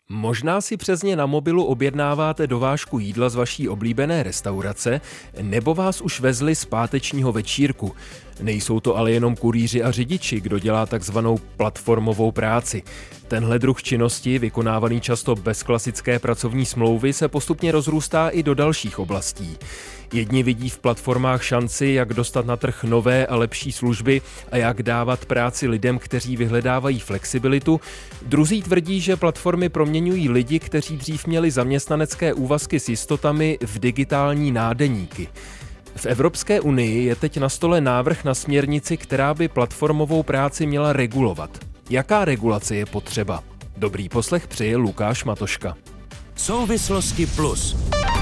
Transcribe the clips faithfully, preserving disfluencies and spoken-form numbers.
Možná si přes ně na mobilu objednáváte dovážku jídla z vaší oblíbené restaurace, nebo vás už vezli z pátečního večírku. Nejsou to ale jenom kurýři a řidiči, kdo dělá takzvanou platformovou práci. Tenhle druh činnosti, vykonávaný často bez klasické pracovní smlouvy, se postupně rozrůstá i do dalších oblastí. Jedni vidí v platformách šanci, jak dostat na trh nové a lepší služby a jak dávat práci lidem, kteří vyhledávají flexibilitu. Druzí tvrdí, že platformy proměňují lidi, kteří dřív měli zaměstnanecké úvazky s jistotami, v digitální nádeníky. V Evropské unii je teď na stole návrh na směrnici, která by platformovou práci měla regulovat. Jaká regulace je potřeba? Dobrý poslech přeje Lukáš Matoška. Souvislosti plus.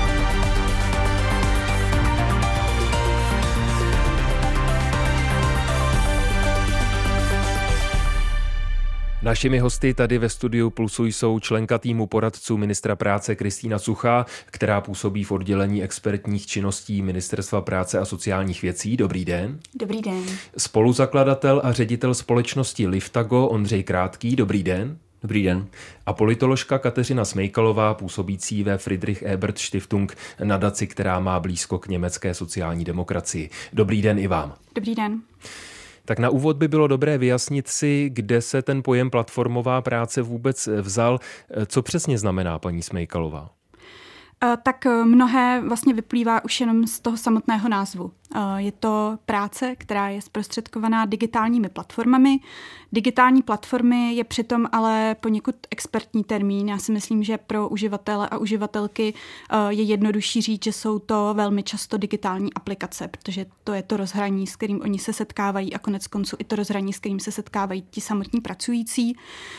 Našimi hosty tady ve studiu Plusu jsou členka týmu poradců ministra práce Kristýna Suchá, která působí v oddělení expertních činností Ministerstva práce a sociálních věcí. Dobrý den. Dobrý den. Spoluzakladatel a ředitel společnosti Liftago Ondřej Krátký. Dobrý den. Dobrý den. A politoložka Kateřina Smejkalová, působící ve Friedrich Ebert Stiftung, nadaci, která má blízko k německé sociální demokracii. Dobrý den i vám. Dobrý den. Tak na úvod by bylo dobré vyjasnit si, kde se ten pojem platformová práce vůbec vzal. Co přesně znamená, paní Smejkalová? Tak mnohé vlastně vyplývá už jenom z toho samotného názvu. Je to práce, která je zprostředkovaná digitálními platformami. Digitální platformy je přitom ale poněkud expertní termín. Já si myslím, že pro uživatele a uživatelky je jednodušší říct, že jsou to velmi často digitální aplikace, protože to je to rozhraní, s kterým oni se setkávají a konec konců i to rozhraní, s kterým se setkávají ti samotní pracující.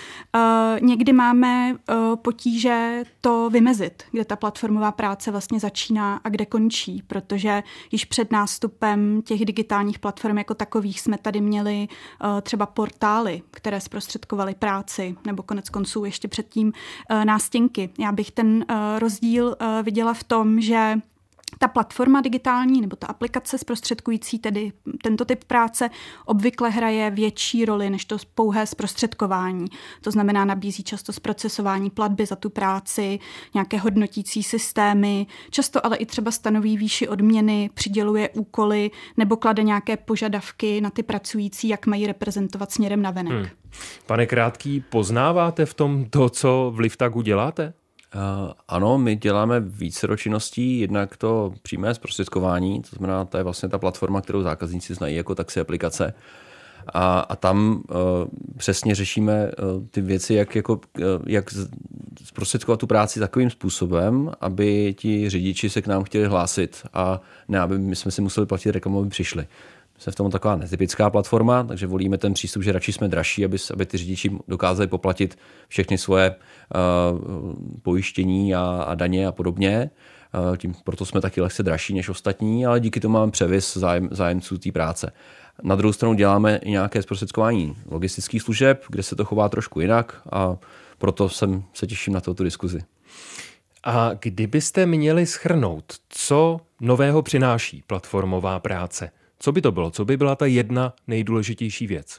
Někdy máme potíže to vymezit, kde ta platformová práce vlastně začíná a kde končí, protože již před nástupem těch digitálních platform jako takových jsme tady měli třeba portály, které zprostředkovaly práci, nebo konec konců ještě předtím nástěnky. Já bych ten rozdíl viděla v tom, že ta platforma digitální nebo ta aplikace zprostředkující tedy tento typ práce obvykle hraje větší roli než to pouhé zprostředkování. To znamená, nabízí často zprocesování platby za tu práci, nějaké hodnotící systémy, často ale i třeba stanoví výši odměny, přiděluje úkoly nebo klade nějaké požadavky na ty pracující, jak mají reprezentovat směrem navenek. Hmm. Pane Krátký, poznáváte v tom to, co v Liftagu děláte? Uh, ano, my děláme více činností, jednak to přímé zprostředkování, to znamená, to je vlastně ta platforma, kterou zákazníci znají jako taxi aplikace. A, a tam uh, přesně řešíme uh, ty věci, jak, jako, uh, jak zprostředkovat tu práci takovým způsobem, aby ti řidiči se k nám chtěli hlásit a ne, aby my jsme si museli platit reklamu, aby přišli. Jsme v tom taková netypická platforma, takže volíme ten přístup, že radši jsme dražší, aby, aby ty řidiči dokázali poplatit všechny svoje uh, pojištění a, a daně a podobně. Uh, tím, proto jsme taky lehce dražší než ostatní, ale díky tomu máme převis zájem, zájemců té práce. Na druhou stranu děláme i nějaké zprostředkování logistických služeb, kde se to chová trošku jinak a proto jsem, se těším na touto diskuzi. A kdybyste měli shrnout, co nového přináší platformová práce? Co by to bylo? Co by byla ta jedna nejdůležitější věc?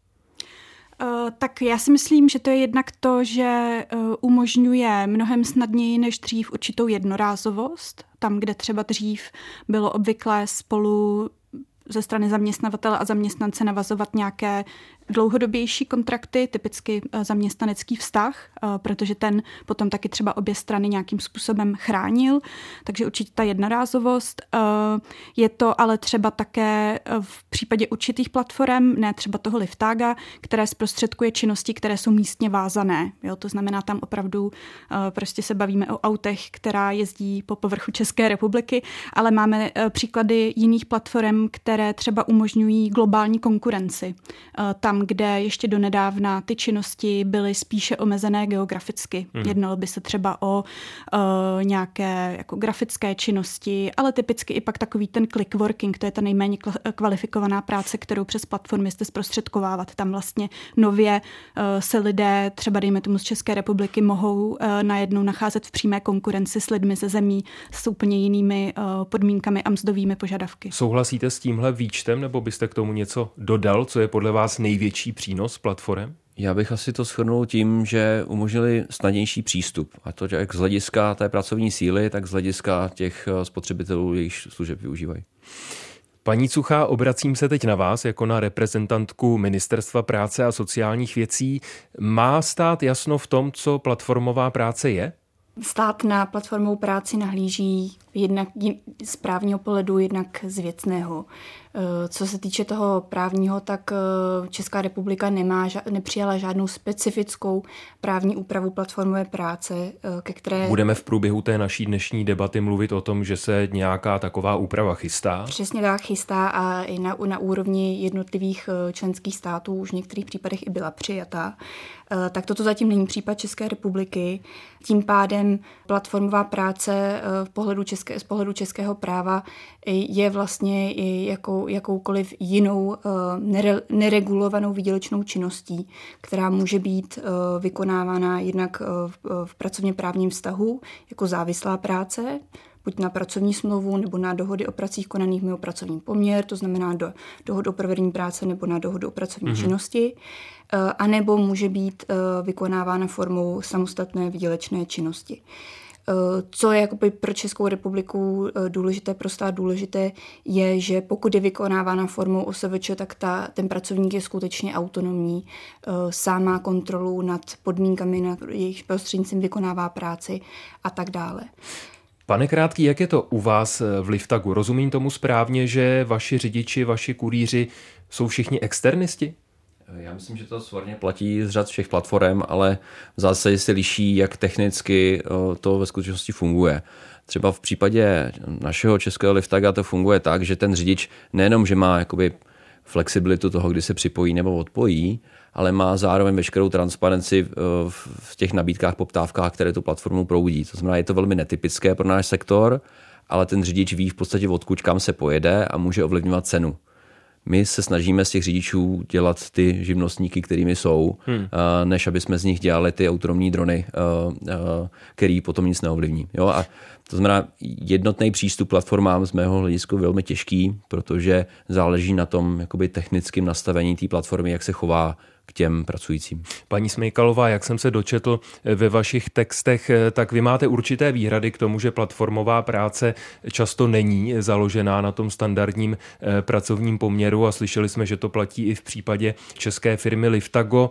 Uh, tak já si myslím, že to je jednak to, že uh, umožňuje mnohem snadněji než dřív určitou jednorázovost. Tam, kde třeba dřív bylo obvyklé spolu ze strany zaměstnavatele a zaměstnance navazovat nějaké dlouhodobější kontrakty, typicky zaměstnanecký vztah, protože ten potom taky třeba obě strany nějakým způsobem chránil, takže určitě ta jednorázovost. Je to ale třeba také v případě určitých platform, ne třeba toho Liftaga, které zprostředkuje činnosti, které jsou místně vázané. Jo, to znamená, tam opravdu prostě se bavíme o autech, která jezdí po povrchu České republiky, ale máme příklady jiných platform, které třeba umožňují globální konkurenci. Tam, kde ještě donedávna ty činnosti byly spíše omezené geograficky. Hmm. Jednalo by se třeba o uh, nějaké jako grafické činnosti, ale typicky i pak takový ten click working, to je ta nejméně kvalifikovaná práce, kterou přes platformy jste zprostředkovávat. Tam vlastně nově uh, se lidé, třeba dejme tomu z České republiky, mohou uh, najednou nacházet v přímé konkurenci s lidmi ze zemí s úplně jinými uh, podmínkami a mzdovými požadavky. Souhlasíte s tímhle výčtem, nebo byste k tomu něco dodal, co je podle vás největší přínos platform? Já bych asi to shrnul tím, že umožnili snadnější přístup. A to jak z hlediska té pracovní síly, tak z hlediska těch spotřebitelů, jejich služeb využívají. Paní Cuchá, obracím se teď na vás jako na reprezentantku Ministerstva práce a sociálních věcí. Má stát jasno v tom, co platformová práce je? Stát na platformovou práci nahlíží jednak z právního pohledu, jednak z věcného. Co se týče toho právního, tak Česká republika nemá, nepřijala žádnou specifickou právní úpravu platformové práce, ke které... Budeme v průběhu té naší dnešní debaty mluvit o tom, že se nějaká taková úprava chystá? Přesně tak, chystá a i na, na úrovni jednotlivých členských států už v některých případech i byla přijata. Tak toto zatím není případ České republiky. Tím pádem platformová práce v pohledu české, z pohledu českého práva je vlastně i jakou, jakoukoliv jinou nere, neregulovanou výdělečnou činností, která může být vykonávána jednak v, v pracovně právním vztahu jako závislá práce, buď na pracovní smlouvu nebo na dohody o pracích konaných mimo pracovní poměr, to znamená do dohod o provedení práce nebo na dohodu o pracovní mm-hmm. činnosti, a nebo může být vykonávána formou samostatné výdělečné činnosti. Co je jakoby pro Českou republiku důležité, pro stát důležité, je, že pokud je vykonávána formou O S V Č, tak ta, ten pracovník je skutečně autonomní, sám má kontrolu nad podmínkami, na jejich prostřednictvím vykonává práci a tak dále. Pane Krátký, jak je to u vás v Liftagu? Rozumím tomu správně, že vaši řidiči, vaši kurýři jsou všichni externisti? Já myslím, že to svorně platí z řad všech platform, ale v zásadě se liší, jak technicky to ve skutečnosti funguje. Třeba v případě našeho českého Liftaga to funguje tak, že ten řidič nejenom, že má jakoby flexibilitu toho, kdy se připojí nebo odpojí, ale má zároveň veškerou transparenci v těch nabídkách, poptávkách, které tu platformu proudí. To znamená, je to velmi netypické pro náš sektor, ale ten řidič ví v podstatě odkud kam se pojede a může ovlivňovat cenu. My se snažíme z těch řidičů dělat ty živnostníky, kterými jsou, hmm. než aby jsme z nich dělali ty autonomní drony, který potom nic neovlivní. Jo? A to znamená, jednotný přístup platformám z mého hlediska velmi těžký, protože záleží na tom jakoby technickém nastavení té platformy, jak se chová k těm pracujícím. Paní Smejkalová, jak jsem se dočetl ve vašich textech, tak vy máte určité výhrady k tomu, že platformová práce často není založená na tom standardním pracovním poměru a slyšeli jsme, že to platí i v případě české firmy Liftago.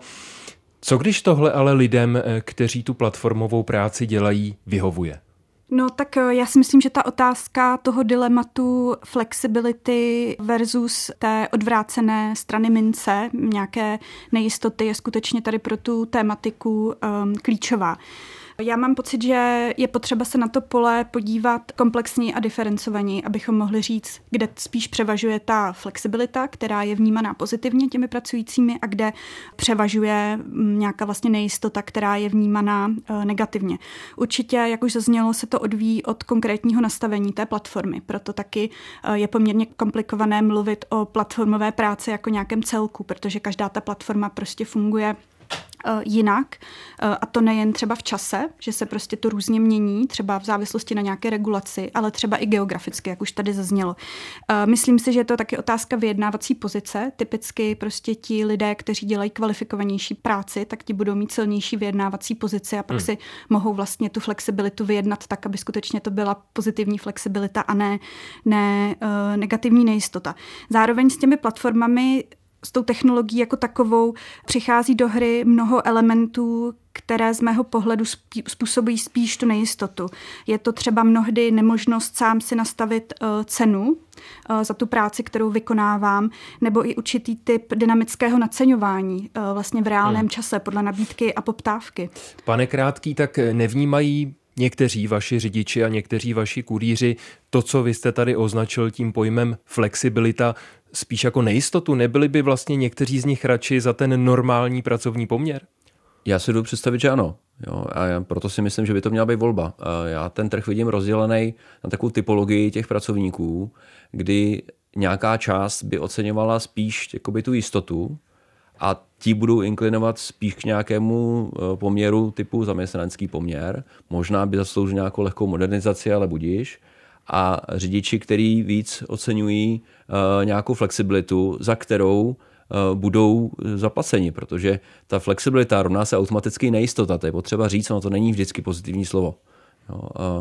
Co když tohle ale lidem, kteří tu platformovou práci dělají, vyhovuje? No tak já si myslím, že ta otázka toho dilematu flexibility versus té odvrácené strany mince, nějaké nejistoty, je skutečně tady pro tu tématiku um, klíčová. Já mám pocit, že je potřeba se na to pole podívat komplexněji a diferencovaněji, abychom mohli říct, kde spíš převažuje ta flexibilita, která je vnímaná pozitivně těmi pracujícími a kde převažuje nějaká vlastně nejistota, která je vnímaná negativně. Určitě, jak už zaznělo, se to odvíjí od konkrétního nastavení té platformy, proto taky je poměrně komplikované mluvit o platformové práci jako nějakém celku, protože každá ta platforma prostě funguje jinak, a to nejen třeba v čase, že se prostě to různě mění, třeba v závislosti na nějaké regulaci, ale třeba i geograficky, jak už tady zaznělo. Myslím si, že je to taky otázka vyjednávací pozice. Typicky prostě ti lidé, kteří dělají kvalifikovanější práci, tak ti budou mít silnější vyjednávací pozici a pak hmm. si mohou vlastně tu flexibilitu vyjednat tak, aby skutečně to byla pozitivní flexibilita a ne, ne uh, negativní nejistota. Zároveň s těmi platformami, s tou technologií jako takovou přichází do hry mnoho elementů, které z mého pohledu způsobují spíš tu nejistotu. Je to třeba mnohdy nemožnost sám si nastavit uh, cenu uh, za tu práci, kterou vykonávám, nebo i určitý typ dynamického naceňování uh, vlastně v reálném hmm. čase podle nabídky a poptávky. Pane Krátký, tak nevnímají někteří vaši řidiči a někteří vaši kurýři to, co vy jste tady označil tím pojmem flexibilita, spíš jako nejistotu? Nebyli by vlastně někteří z nich radši za ten normální pracovní poměr? Já si jdu představit, že ano. Jo, a já proto si myslím, že by to měla být volba. Já ten trh vidím rozdělený na takovou typologii těch pracovníků, kdy nějaká část by oceňovala spíš jakoby tu jistotu a ti budou inklinovat spíš k nějakému poměru typu zaměstnanecký poměr. Možná by zasloužil nějakou lehkou modernizaci, ale budíš. A řidiči, který víc oceňují uh, nějakou flexibilitu, za kterou budou zaplaceni, protože ta flexibilita rovná se automaticky nejistota. To je potřeba říct, ono to není vždycky pozitivní slovo. Jo,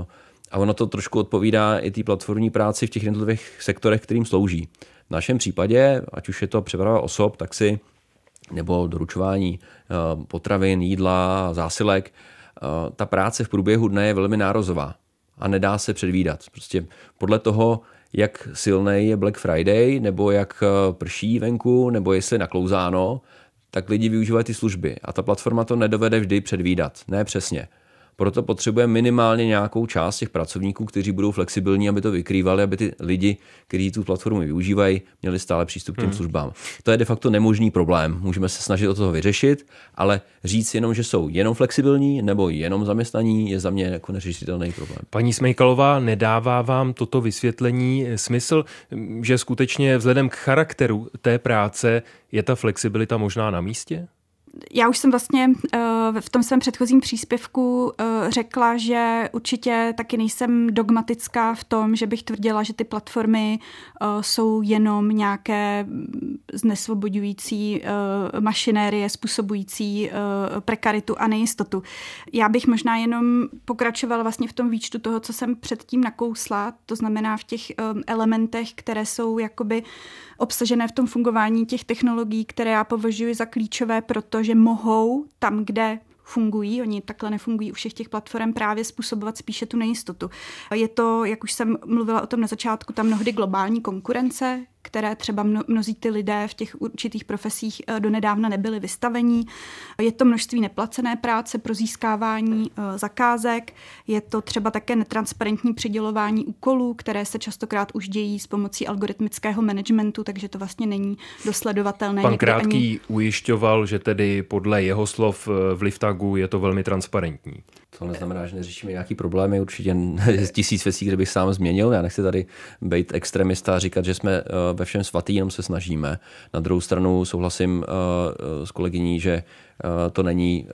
a ono to trošku odpovídá i té platformní práci v těch jednotlivých sektorech, kterým slouží. V našem případě, ať už je to přeprava osob, taxi nebo doručování potravin, jídla, zásilek, ta práce v průběhu dne je velmi nárazová a nedá se předvídat. Prostě podle toho, jak silný je Black Friday, nebo jak prší venku, nebo jestli je naklouzáno, tak lidi využívají ty služby. A ta platforma to nedovede vždy předvídat. Ne přesně. Proto potřebujeme minimálně nějakou část těch pracovníků, kteří budou flexibilní, aby to vykrývali, aby ty lidi, kteří tu platformu využívají, měli stále přístup k těm hmm. službám. To je de facto nemožný problém. Můžeme se snažit o toho vyřešit, ale říct jenom, že jsou jenom flexibilní nebo jenom zaměstnaní, je za mě jako neřešitelný problém. Paní Smejkalová, nedává vám toto vysvětlení smysl, že skutečně vzhledem k charakteru té práce je ta flexibilita možná na místě? Já už jsem vlastně v tom svém předchozím příspěvku řekla, že určitě taky nejsem dogmatická v tom, že bych tvrdila, že ty platformy jsou jenom nějaké znesvoboďující mašinérie, způsobující prekaritu a nejistotu. Já bych možná jenom pokračovala vlastně v tom výčtu toho, co jsem předtím nakousla, to znamená v těch elementech, které jsou jakoby obsažené v tom fungování těch technologií, které já považuji za klíčové, protože mohou tam, kde fungují, oni takhle nefungují u všech těch platform, právě způsobovat spíše tu nejistotu. Je to, jak už jsem mluvila o tom na začátku, tam mnohdy globální konkurence, které třeba mnozí ty lidé v těch určitých profesích donedávna nebyli vystavení. Je to množství neplacené práce pro získávání zakázek, je to třeba také netransparentní přidělování úkolů, které se častokrát už dějí s pomocí algoritmického managementu, takže to vlastně není dosledovatelné. Pan Krátký ani ujišťoval, že tedy podle jeho slov v Liftagu je to velmi transparentní. To neznamená, že neřešíme nějaký problémy, určitě tisíc věcí, kde bych sám změnil. Já nechci tady být extremista a říkat, že jsme ve všem svatý, jenom se snažíme. Na druhou stranu souhlasím s kolegyní, že to není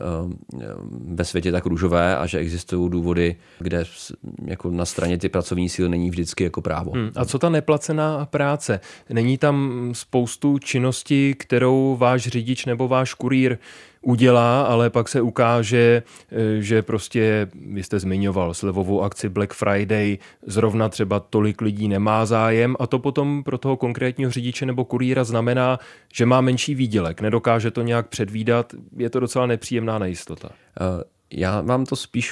ve světě tak růžové a že existují důvody, kde jako na straně ty pracovní síly není vždycky jako právo. Hmm. A co ta neplacená práce? Není tam spoustu činností, kterou váš řidič nebo váš kurýr udělá, ale pak se ukáže, že prostě, vy jste zmiňoval slevovou akci Black Friday, zrovna třeba tolik lidí nemá zájem a to potom pro toho konkrétního řidiče nebo kurýra znamená, že má menší výdělek, nedokáže to nějak předvídat, je to docela nepříjemná nejistota. Já vám to spíš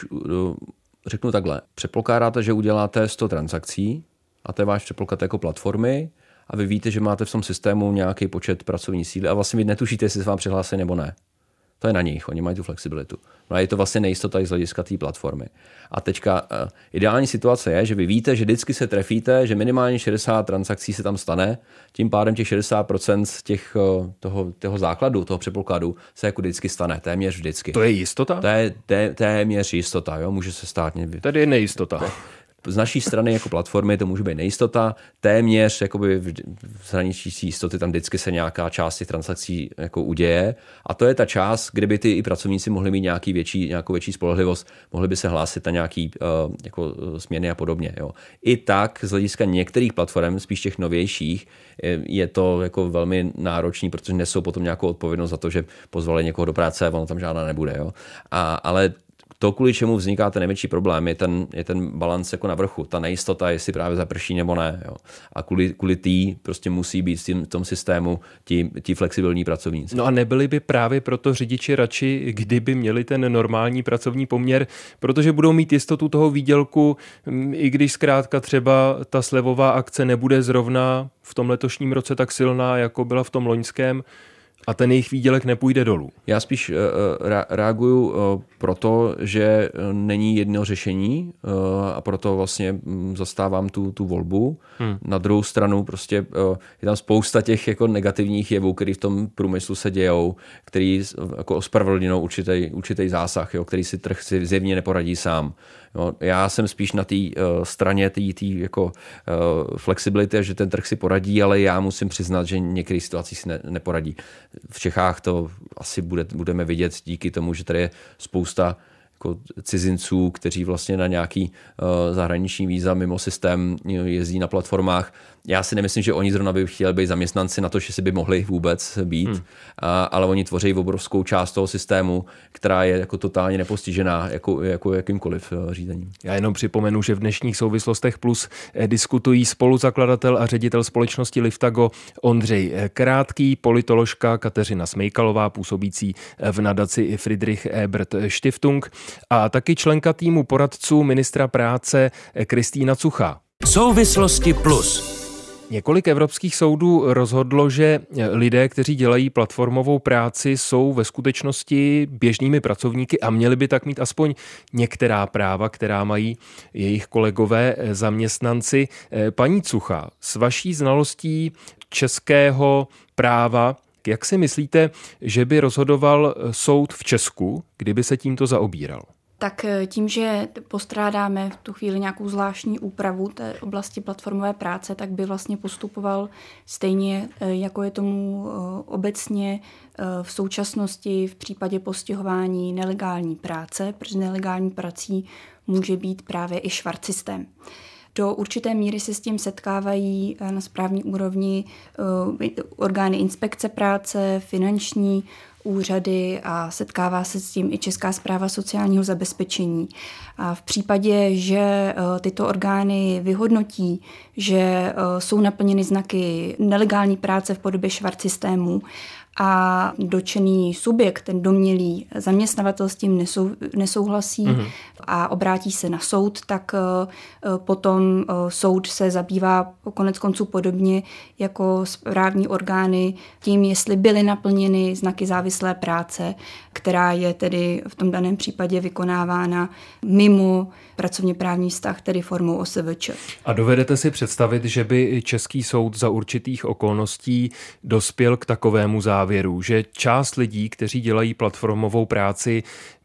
řeknu takhle. Předpokládáte, že uděláte sto transakcí a to je váš předpoklad jako platformy a vy víte, že máte v tom systému nějaký počet pracovní síly a vlastně vy netušíte, jestli se vám přihlásí nebo ne. To je na nich, oni mají tu flexibilitu. No a je to vlastně nejistota z hlediska té platformy. A teďka uh, ideální situace je, že vy víte, že vždycky se trefíte, že minimálně šedesát transakcí se tam stane, tím pádem těch šedesát procent těch, uh, toho, toho základu, toho předpokladu se jako vždycky stane, téměř vždycky. To je jistota? To je té, téměř jistota, jo, může se stát někdy. Tady je nejistota. Z naší strany jako platformy to může být nejistota, téměř jakoby v hraničící jistoty tam vždycky se nějaká část těch transakcí jako uděje a to je ta část, kde by ty i pracovníci mohli mít nějaký větší, nějakou větší spolehlivost, mohli by se hlásit na nějaký uh, jako směny a podobně. Jo. I tak z hlediska některých platform, spíš těch novějších, je to jako velmi náročný, protože nesou potom nějakou odpovědnost za to, že pozvali někoho do práce a ono tam žádná nebude. Jo. A, ale to, kvůli čemu vzniká ten největší problém, je ten, je ten balans jako na vrchu. Ta nejistota, jestli právě zaprší nebo ne. Jo. A kvůli, kvůli tý prostě musí být v, tím, v tom systému ti, ti flexibilní pracovníci. No a nebyli by právě proto řidiči radši, kdyby měli ten normální pracovní poměr, protože budou mít jistotu toho výdělku, i když zkrátka třeba ta slevová akce nebude zrovna v tom letošním roce tak silná, jako byla v tom loňském, a ten jejich výdělek nepůjde dolů. Já spíš uh, reaguju uh, proto, že není jedno řešení uh, a proto vlastně zastávám tu, tu volbu. Hmm. Na druhou stranu prostě uh, je tam spousta těch jako negativních jevů, které v tom průmyslu se dějou, který jako ospravedlněnou určitý, určitý zásah, jo, který si trh si zjevně neporadí sám. Jo, já jsem spíš na té uh, straně té jako uh, flexibility, že ten trh si poradí, ale já musím přiznat, že některé situaci si ne, neporadí. V Čechách to asi bude, budeme vidět díky tomu, že tady je spousta jako cizinců, kteří vlastně na nějaký uh, zahraniční víza mimo systém jezdí na platformách. Já si nemyslím, že oni zrovna by chtěli být zaměstnanci na to, že si by mohli vůbec být, hmm. a, ale oni tvoří obrovskou část toho systému, která je jako totálně nepostižená jako, jako jakýmkoliv uh, řízením. Já jenom připomenu, že v dnešních souvislostech plus diskutují spoluzakladatel a ředitel společnosti Liftago Ondřej Krátký, politoložka Kateřina Smejkalová, působící v nadaci Friedrich Ebert Stiftung, a taky členka týmu poradců ministra práce Kristýna Cuchá. Souvislosti plus. Několik evropských soudů rozhodlo, že lidé, kteří dělají platformovou práci, jsou ve skutečnosti běžnými pracovníky a měli by tak mít aspoň některá práva, která mají jejich kolegové zaměstnanci. Paní Cuchá, s vaší znalostí českého práva, jak si myslíte, že by rozhodoval soud v Česku, kdyby se tímto zaobíral? Tak tím, že postrádáme v tu chvíli nějakou zvláštní úpravu té oblasti platformové práce, tak by vlastně postupoval stejně, jako je tomu obecně v současnosti v případě postihování nelegální práce, protože nelegální prací může být právě i švarcsystém. Do určité míry se s tím setkávají na správní úrovni orgány inspekce práce, finanční úřady a setkává se s tím i Česká správa sociálního zabezpečení. A v případě, že tyto orgány vyhodnotí, že jsou naplněny znaky nelegální práce v podobě švarcsystému a dotčený subjekt, ten domnělý zaměstnavatel s tím nesou, nesouhlasí mm-hmm. a obrátí se na soud, tak potom soud se zabývá konec konců podobně jako správní orgány tím, jestli byly naplněny znaky závislé práce, která je tedy v tom daném případě vykonávána mimo pracovně právní vztah, tedy formou O S V Č. A dovedete si představit, že by český soud za určitých okolností dospěl k takovému závěru, že část lidí, kteří dělají platformovou práci,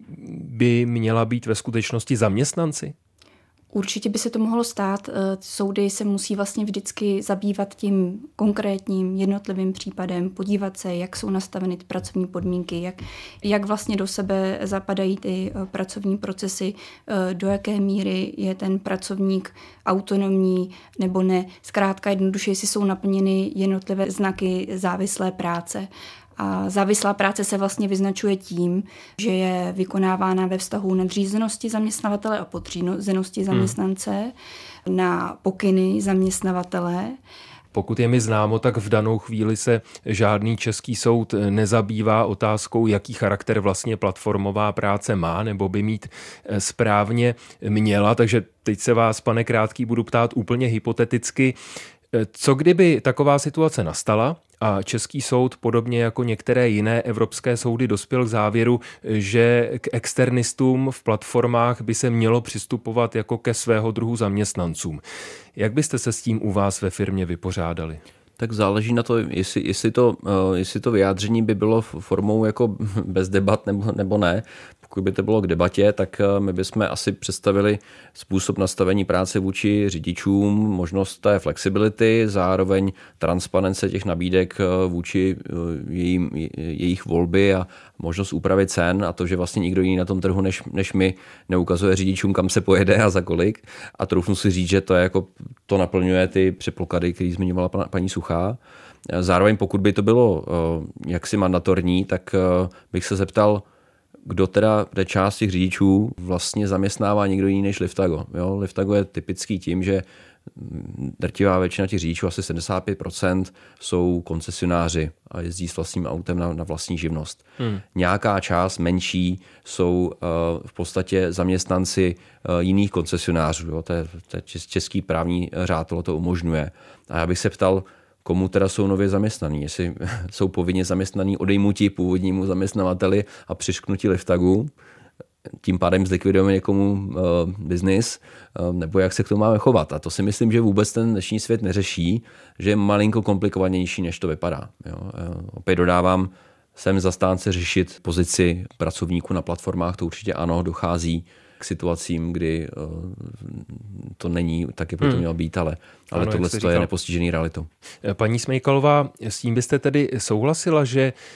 by měla být ve skutečnosti zaměstnanci? Určitě by se to mohlo stát. Soudy se musí vlastně vždycky zabývat tím konkrétním jednotlivým případem, podívat se, jak jsou nastaveny ty pracovní podmínky, jak, jak vlastně do sebe zapadají ty pracovní procesy, do jaké míry je ten pracovník autonomní nebo ne. Zkrátka jednoduše, jestli jsou naplněny jednotlivé znaky závislé práce. A závislá práce se vlastně vyznačuje tím, že je vykonávána ve vztahu nadřízenosti zaměstnavatele a podřízenosti zaměstnance hmm. na pokyny zaměstnavatele. Pokud je mi známo, tak v danou chvíli se žádný český soud nezabývá otázkou, jaký charakter vlastně platformová práce má nebo by mít správně měla. Takže teď se vás, pane Krátký, budu ptát úplně hypoteticky. Co kdyby taková situace nastala a český soud, podobně jako některé jiné evropské soudy, dospěl k závěru, že k externistům v platformách by se mělo přistupovat jako ke svého druhu zaměstnancům? Jak byste se s tím u vás ve firmě vypořádali? Tak záleží na to, jestli, jestli, to, jestli to vyjádření by bylo formou jako bez debat nebo, nebo ne. Pokud by to bylo k debatě, tak my bychom asi představili způsob nastavení práce vůči řidičům, možnost té flexibility, zároveň transparence těch nabídek vůči jejím, jejich volby a možnost úpravy cen a to, že vlastně nikdo jiný na tom trhu než, než my neukazuje řidičům, kam se pojede a za kolik. A troufnu si říct, že to, je jako, to naplňuje ty předpoklady, které zmiňovala paní Suchá. Zároveň pokud by to bylo jaksi mandatorní, tak bych se zeptal, kdo teda té část těch řidičů vlastně zaměstnává někdo jiný než Liftago. Jo? Liftago je typický tím, že drtivá většina těch řidičů, asi sedmdesát pět procent, jsou koncesionáři a jezdí s vlastním autem na, na vlastní živnost. Hmm. Nějaká část menší jsou uh, v podstatě zaměstnanci uh, jiných koncesionářů. Jo? To je, to je český právní řád, tohle to umožňuje. A já bych se ptal, komu teda jsou nově zaměstnaní. Jestli jsou povinně zaměstnaní odejmutí původnímu zaměstnavateli a přišknutí Liftagu, tím pádem zlikvidujeme někomu uh, biznis, uh, nebo jak se k tomu máme chovat. A to si myslím, že vůbec ten dnešní svět neřeší, že je malinko komplikovanější, než to vypadá. Jo. Uh, opět dodávám, jsem zastánce řešit pozici pracovníků na platformách, to určitě ano, dochází k situacím, kdy uh, to není tak, jak by to mělo být, ale, ale ano, tohle je nepostižený realitou. Paní Smejkalová, s tím byste tedy souhlasila, že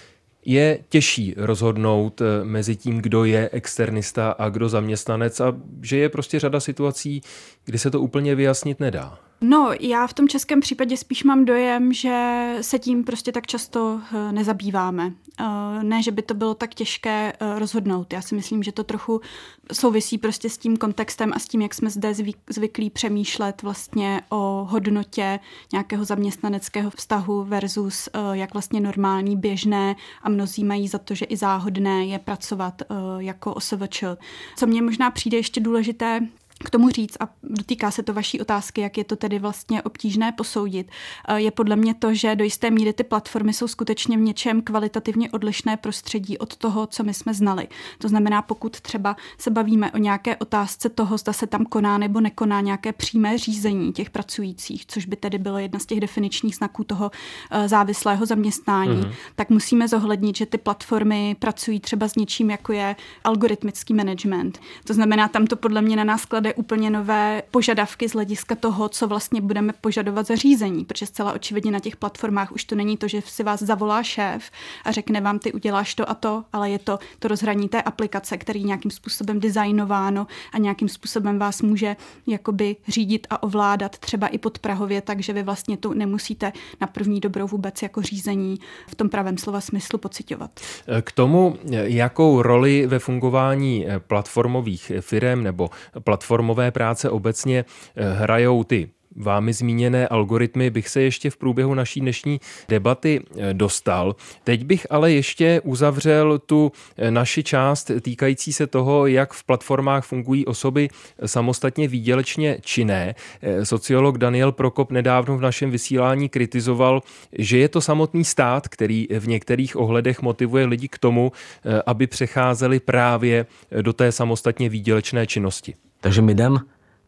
je těžší rozhodnout mezi tím, kdo je externista a kdo zaměstnanec a že je prostě řada situací, kdy se to úplně vyjasnit nedá. No, já v tom českém případě spíš mám dojem, že se tím prostě tak často nezabýváme. Ne, že by to bylo tak těžké rozhodnout. Já si myslím, že to trochu souvisí prostě s tím kontextem a s tím, jak jsme zde zvyklí přemýšlet vlastně o hodnotě nějakého zaměstnaneckého vztahu versus jak vlastně normální, běžné a mnozí mají za to, že i záhodné je pracovat jako O S V Č. Co mně možná přijde ještě důležité k tomu říct, a dotýká se to vaší otázky, jak je to tedy vlastně obtížné posoudit, je podle mě to, že do jisté míry ty platformy jsou skutečně v něčem kvalitativně odlišné prostředí od toho, co my jsme znali. To znamená, pokud třeba se bavíme o nějaké otázce toho, zda se tam koná nebo nekoná nějaké přímé řízení těch pracujících, což by tedy bylo jedna z těch definičních znaků toho závislého zaměstnání, mm. tak musíme zohlednit, že ty platformy pracují třeba s něčím, jako je algoritmický management. To znamená, tam to podle mě na nás klade úplně nové požadavky z hlediska toho, co vlastně budeme požadovat za řízení, protože zcela očividně na těch platformách už to není to, že si vás zavolá šéf a řekne vám, ty uděláš to a to, ale je to to rozhraní té aplikace, který nějakým způsobem designováno a nějakým způsobem vás může jakoby řídit a ovládat třeba i podprahově, takže vy vlastně to nemusíte na první dobrou vůbec jako řízení v tom pravém slova smyslu pociťovat. K tomu, jakou roli ve fungování platformových firem nebo platform formové práce obecně hrajou ty vámi zmíněné algoritmy, bych se ještě v průběhu naší dnešní debaty dostal. Teď bych ale ještě uzavřel tu naši část týkající se toho, jak v platformách fungují osoby samostatně výdělečně činné. Sociolog Daniel Prokop nedávno v našem vysílání kritizoval, že je to samotný stát, který v některých ohledech motivuje lidi k tomu, aby přecházeli právě do té samostatně výdělečné činnosti. Takže my jdem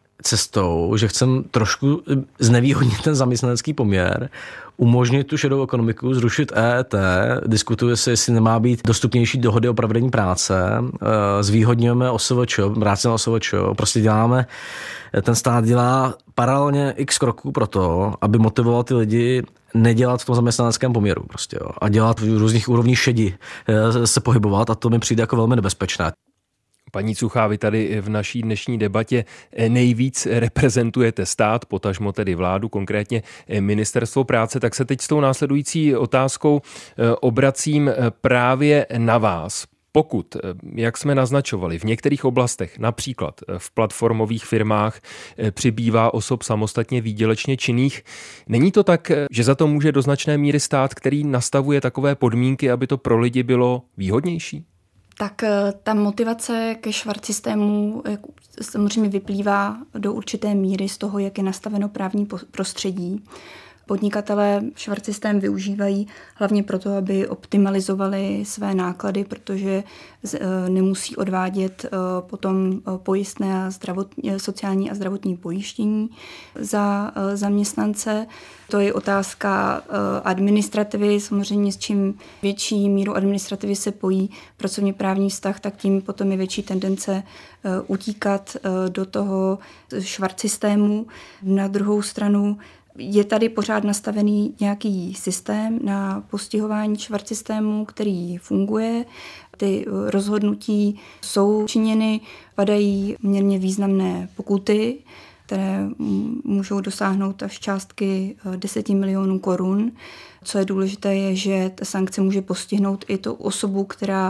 cestou, že chceme trošku znevýhodnit ten zaměstnanecký poměr, umožnit tu šedou ekonomiku, zrušit E E T, diskutuje se, jestli nemá být dostupnější dohody o provedení práce, zvýhodňujeme O S V Č, práce na O S V Č, prostě děláme, ten stát dělá paralelně x kroků pro to, aby motivoval ty lidi nedělat v tom zaměstnaneckém poměru prostě, jo, a dělat v různých úrovních šedi, se pohybovat, a to mi přijde jako velmi nebezpečné. Paní Cuchá, vy tady v naší dnešní debatě nejvíc reprezentujete stát, potažmo tedy vládu, konkrétně Ministerstvo práce, tak se teď s tou následující otázkou obracím právě na vás. Pokud, jak jsme naznačovali, v některých oblastech, například v platformových firmách, přibývá osob samostatně výdělečně činných, není to tak, že za to může do značné míry stát, který nastavuje takové podmínky, aby to pro lidi bylo výhodnější? Tak ta motivace ke švart systému samozřejmě vyplývá do určité míry z toho, jak je nastaveno právní prostředí. Podnikatelé švart systém využívají hlavně proto, aby optimalizovali své náklady, protože nemusí odvádět potom pojistné a zdravotní, sociální a zdravotní pojištění za zaměstnance. To je otázka administrativy. Samozřejmě s čím větší míru administrativy se pojí pracovně právní vztah, tak tím potom je větší tendence utíkat do toho švart systému. Na druhou stranu je tady pořád nastavený nějaký systém na postihování švart systému, který funguje. Ty rozhodnutí jsou činěny, padají poměrně významné pokuty, které můžou dosáhnout až částky deset milionů korun. Co je důležité, je, že ta sankce může postihnout i tu osobu, která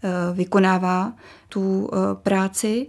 vykonává tu práci.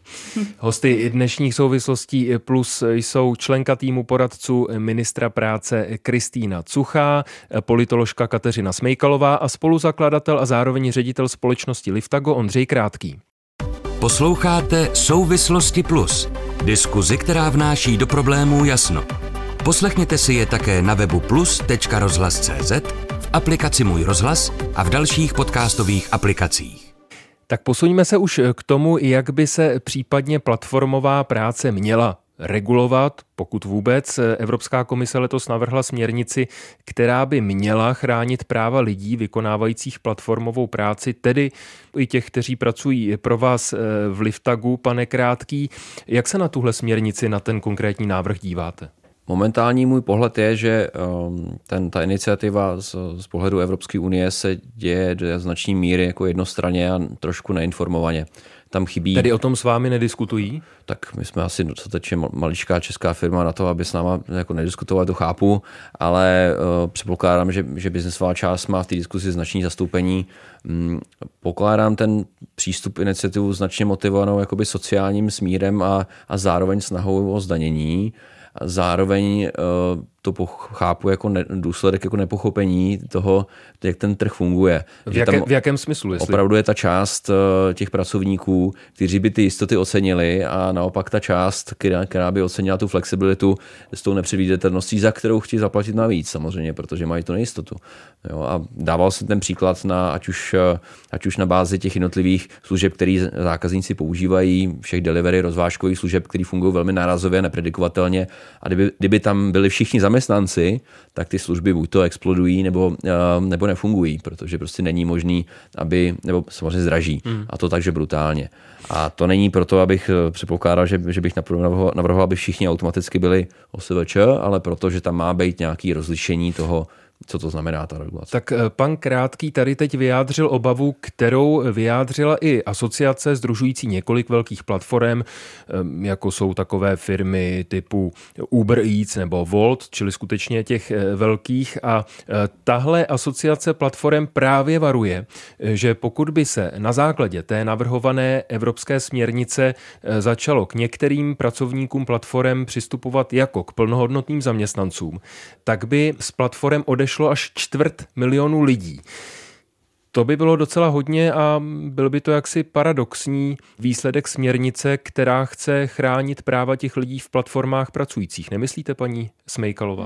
Hosty dnešních Souvislostí plus jsou členka týmu poradců ministra práce Kristýna Cuchá, politoložka Kateřina Smejkalová a spoluzakladatel a zároveň ředitel společnosti Liftago Ondřej Krátký. Posloucháte Souvislosti plus, diskuzi, která vnáší do problémů jasno. Poslechněte si je také na webu plus tečka rozhlas tečka cé zet, v aplikaci Můj rozhlas a v dalších podcastových aplikacích. Tak posuňme se už k tomu, jak by se případně platformová práce měla regulovat, pokud vůbec. Evropská komise letos navrhla směrnici, která by měla chránit práva lidí vykonávajících platformovou práci, tedy i těch, kteří pracují pro vás v Liftagu. Pane Krátký, jak se na tuhle směrnici, na ten konkrétní návrh díváte? Momentální můj pohled je, že ten, ta iniciativa z, z pohledu Evropské unie se děje do značné míry jako jednostranně a trošku neinformovaně. Tam chybí... Tedy o tom s vámi nediskutují? Tak my jsme asi dostatečně maličká česká firma na to, aby s náma jako nediskutovali, to chápu, ale uh, předpokládám, že, že biznesová část má v té diskusi značné zastoupení. Um, pokládám ten přístup iniciativu značně motivovanou jakoby sociálním smírem a, a zároveň snahou o zdanění. A zároveň uh, to chápu jako ne, důsledek jako nepochopení toho, jak ten trh funguje. V, jaké, v jakém smyslu? Jestli... Opravdu je ta část uh, těch pracovníků, kteří by ty jistoty ocenili a naopak ta část, která, která by ocenila tu flexibilitu s tou nepředvídatelností, za kterou chtějí zaplatit navíc samozřejmě, protože mají tu nejistotu. Jo, a dával jsem ten příklad na, ať už, ať už na bázi těch jednotlivých služeb, které zákazníci používají, všech delivery, rozvážkových služeb, které fungují velmi nárazově, nepredikovatelně, a kdyby, kdyby tam byli všichni zaměstnanci, tak ty služby buď to explodují, nebo, nebo nefungují, protože prostě není možný, aby, nebo samozřejmě zdraží. Hmm. A to takže brutálně. A to není proto, abych předpokládal, že, že bych navrhoval, navrhoval, aby všichni automaticky byli O S V Č, ale proto, že tam má být nějaké rozlišení toho, co to znamená ta regulace. Tak pan Krátký tady teď vyjádřil obavu, kterou vyjádřila i asociace sdružující několik velkých platform, jako jsou takové firmy typu Uber Eats nebo Volt, čili skutečně těch velkých. A tahle asociace platform právě varuje, že pokud by se na základě té navrhované evropské směrnice začalo k některým pracovníkům platform přistupovat jako k plnohodnotným zaměstnancům, tak by z platform odešlo šlo až čtvrt milionu lidí. To by bylo docela hodně a byl by to jaksi paradoxní výsledek směrnice, která chce chránit práva těch lidí v platformách pracujících. Nemyslíte, paní Smejkalová?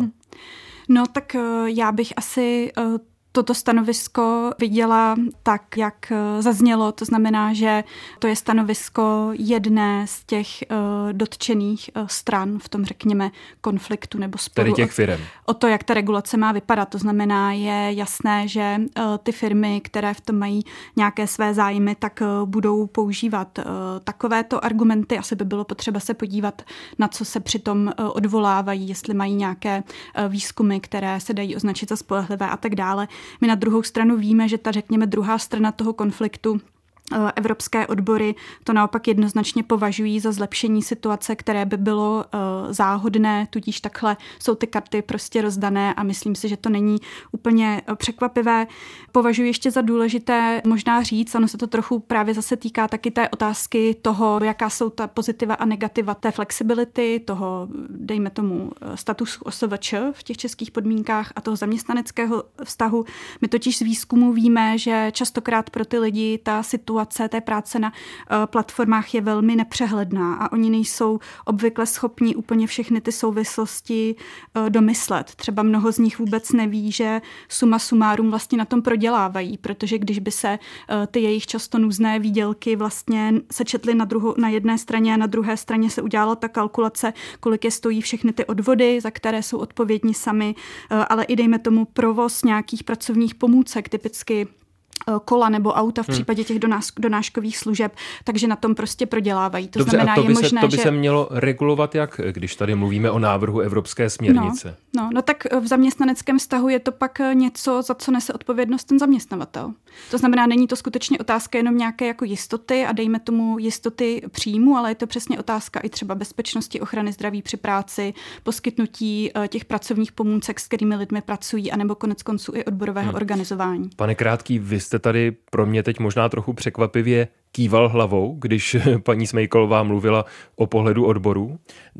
No tak já bych asi toto stanovisko viděla tak, jak zaznělo. To znamená, že to je stanovisko jedné z těch uh, dotčených uh, stran v tom, řekněme, konfliktu nebo sporu. Tedy těch firem. O, o to, jak ta regulace má vypadat. To znamená, je jasné, že uh, ty firmy, které v tom mají nějaké své zájmy, tak uh, budou používat uh, takovéto argumenty. Asi by bylo potřeba se podívat, na co se přitom uh, odvolávají, jestli mají nějaké uh, výzkumy, které se dají označit za spolehlivé a tak dále. My na druhou stranu víme, že ta, řekněme, druhá strana toho konfliktu, evropské odbory, to naopak jednoznačně považují za zlepšení situace, které by bylo uh, záhodné, tudíž takhle jsou ty karty prostě rozdané a myslím si, že to není úplně překvapivé. Považuji ještě za důležité možná říct, ano se to trochu právě zase týká taky té otázky toho, jaká jsou ta pozitiva a negativa té flexibility, toho, dejme tomu, statusu O S V Č v těch českých podmínkách a toho zaměstnaneckého vztahu. My totiž z výzkumu víme, že častokrát pro ty lidi ta situace té práce na uh, platformách je velmi nepřehledná a oni nejsou obvykle schopni úplně všechny ty souvislosti uh, domyslet. Třeba mnoho z nich vůbec neví, že suma sumárum vlastně na tom prodělávají, protože když by se uh, ty jejich často nuzné výdělky vlastně sečetly na, druhou, na jedné straně a na druhé straně se udělala ta kalkulace, kolik je stojí všechny ty odvody, za které jsou odpovědní sami, uh, ale i dejme tomu provoz nějakých pracovních pomůcek, typicky kola nebo auta v případě těch donáškových služeb, takže na tom prostě prodělávají. To Dobře, znamená, a to by, je možné, se, to by že... se mělo regulovat jak, když tady mluvíme o návrhu evropské směrnice? No, no, no tak v zaměstnaneckém vztahu je to pak něco, za co nese odpovědnost ten zaměstnavatel. To znamená, není to skutečně otázka jenom nějaké jako jistoty a dejme tomu jistoty příjmu, ale je to přesně otázka i třeba bezpečnosti, ochrany zdraví při práci, poskytnutí těch pracovních pomůcek, s kterými lidmi pracují, anebo konec konců i odborového hmm. organizování. Pane Krátký, vy jste tady pro mě teď možná trochu překvapivě kýval hlavou, když paní Smejkalová mluvila o pohledu odborů?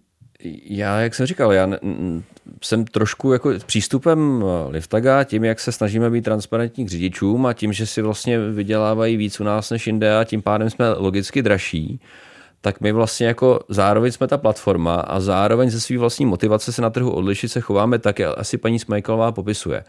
Já, jak jsem říkal, já jsem trošku jako přístupem Liftaga, tím, jak se snažíme být transparentní k řidičům a tím, že si vlastně vydělávají víc u nás než jinde a tím pádem jsme logicky dražší, tak my vlastně jako zároveň jsme ta platforma a zároveň ze svý vlastní motivace se na trhu odlišit se chováme tak, jak asi paní Smejkalová popisuje.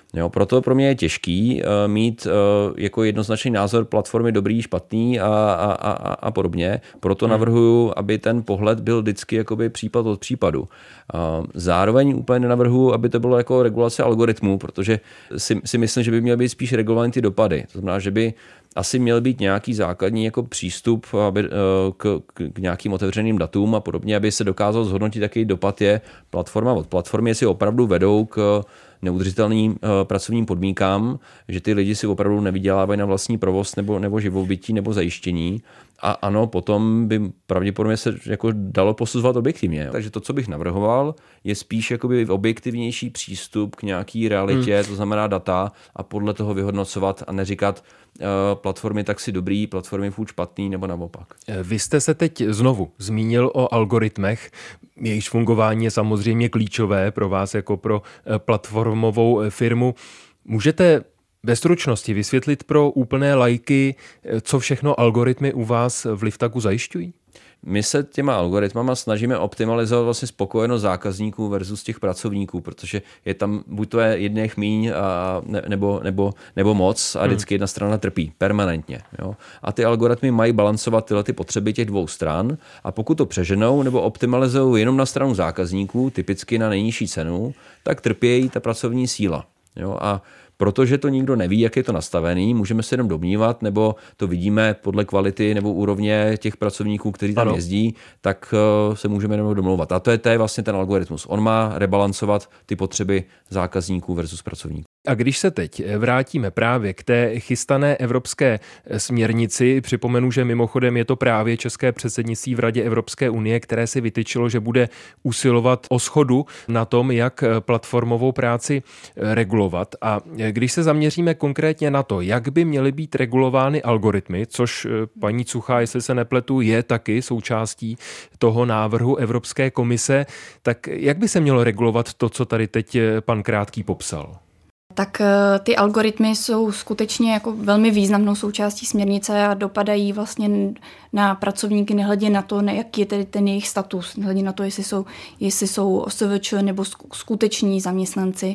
Jo, proto pro mě je těžký uh, mít uh, jako jednoznačný názor platformy dobrý, špatný a, a, a, a podobně. Proto hmm. navrhuju, aby ten pohled byl vždycky jakoby případ od případu. Uh, zároveň úplně nenavrhuju, aby to bylo jako regulace algoritmů, protože si, si myslím, že by měly být spíš regulovány ty dopady. To znamená, že by asi měl být nějaký základní jako přístup aby, uh, k, k, k nějakým otevřeným datům a podobně, aby se dokázal zhodnotit, jaký dopad je platforma od platformy, jestli opravdu vedou k neudržitelným uh, pracovním podmínkám, že ty lidi si opravdu nevydělávají na vlastní provoz nebo, nebo živobytí nebo zajištění. A ano, potom by pravděpodobně se jako dalo posuzovat objektivně. Takže to, co bych navrhoval, je spíš jakoby objektivnější přístup k nějaký realitě, hmm. to znamená data, a podle toho vyhodnocovat a neříkat uh, platformy tak si dobrý, platformy furt špatný nebo naopak. Vy jste se teď znovu zmínil o algoritmech. Jejichž fungování je samozřejmě klíčové pro vás jako pro platformovou firmu. Můžete ve stručnosti vysvětlit pro úplné laiky, co všechno algoritmy u vás v Liftagu zajišťují? My se těma algoritmama snažíme optimalizovat vlastně spokojenost zákazníků versus těch pracovníků, protože je tam buď to je jedných míň a ne, nebo, nebo, nebo moc a vždycky jedna strana trpí permanentně. Jo? A ty algoritmy mají balancovat tyhle ty potřeby těch dvou stran, a pokud to přeženou nebo optimalizují jenom na stranu zákazníků, typicky na nejnižší cenu, tak trpějí ta pracovní síla. Jo? A protože to nikdo neví, jak je to nastavený, můžeme se jenom domnívat, nebo to vidíme podle kvality nebo úrovně těch pracovníků, kteří tam ano. jezdí, tak se můžeme jenom domlouvat. A to je, to je vlastně ten algoritmus. On má rebalancovat ty potřeby zákazníků versus pracovníků. A když se teď vrátíme právě k té chystané evropské směrnici, připomenu, že mimochodem je to právě české předsednictví v Radě Evropské unie, které si vytyčilo, že bude usilovat o shodu na tom, jak platformovou práci regulovat. A když se zaměříme konkrétně na to, jak by měly být regulovány algoritmy, což paní Cuchá, jestli se nepletu, je taky součástí toho návrhu Evropské komise, tak jak by se mělo regulovat to, co tady teď pan Krátký popsal? Tak ty algoritmy jsou skutečně jako velmi významnou součástí směrnice a dopadají vlastně na pracovníky nehledě na to, jaký je tedy ten jejich status, nehledě na to, jestli jsou, jestli jsou O S V Č nebo skuteční zaměstnanci,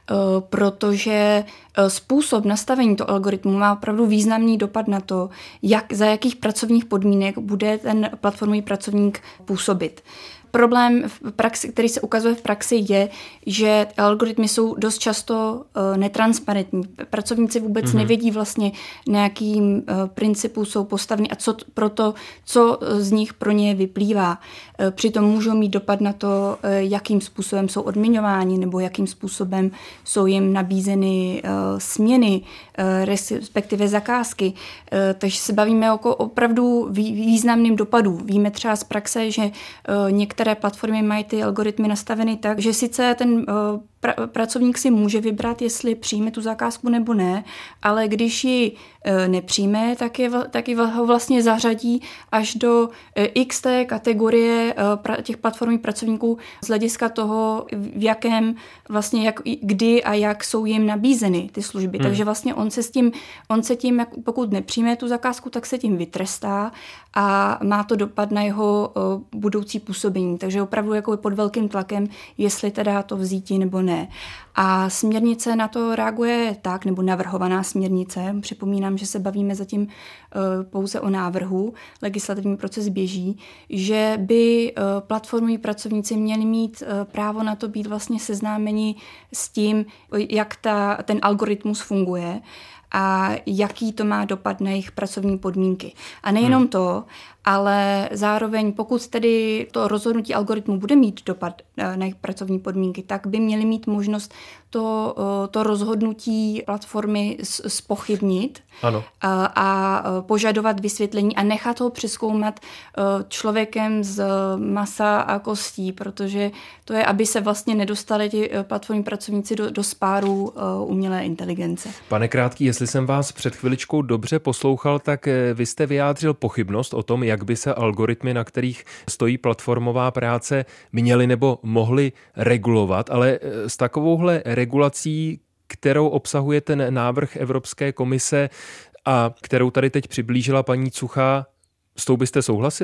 protože způsob nastavení toho algoritmu má opravdu významný dopad na to, jak, za jakých pracovních podmínek bude ten platformový pracovník působit. Problém, v praxi, který se ukazuje v praxi, je, že algoritmy jsou dost často uh, netransparentní. Pracovníci vůbec mm-hmm. nevědí vlastně, na jakým uh, principu jsou postaveni a co pro to, co z nich pro ně vyplývá. Uh, přitom můžou mít dopad na to, uh, jakým způsobem jsou odměňováni nebo jakým způsobem jsou jim nabízeny uh, směny, uh, respektive zakázky. Uh, takže se bavíme o opravdu významným dopadu. Víme třeba z praxe, že uh, některé Některé platformy mají ty algoritmy nastaveny tak, že sice ten uh, pra- pracovník si může vybrat, jestli přijme tu zakázku nebo ne, ale když ji uh, nepřijme, tak, je, tak ji ho vlastně zařadí až do uh, X té kategorie uh, pra- těch platformních pracovníků z hlediska toho, v jakém vlastně, jak, kdy a jak jsou jim nabízeny ty služby. Hmm. Takže vlastně on se s tím, on se tím, jak, pokud nepřijme tu zakázku, tak se tím vytrestá a má to dopad na jeho uh, budoucí působení. Takže opravdu jako pod velkým tlakem, jestli teda to vzíti nebo ne. A směrnice na to reaguje tak, nebo navrhovaná směrnice, připomínám, že se bavíme zatím uh, pouze o návrhu, legislativní proces běží, že by uh, platformoví pracovníci měli mít uh, právo na to být vlastně seznámeni s tím, jak ta, ten algoritmus funguje a jaký to má dopad na jejich pracovní podmínky. A nejenom hmm. to, ale zároveň pokud tedy to rozhodnutí algoritmu bude mít dopad na jejich pracovní podmínky, tak by měli mít možnost to, to rozhodnutí platformy zpochybnit ano. A, a požadovat vysvětlení a nechat ho přezkoumat člověkem z masa a kostí, protože to je, aby se vlastně nedostali ti platformní pracovníci do, do spáru umělé inteligence. Pane Krátký, jestli jsem vás před chviličkou dobře poslouchal, tak vy jste vyjádřil pochybnost o tom, jak by se algoritmy, na kterých stojí platformová práce, měly nebo mohly regulovat, ale s takovouhle regulací, kterou obsahuje ten návrh Evropské komise a kterou tady teď přiblížila paní Cuchá, s tou byste souhlasil?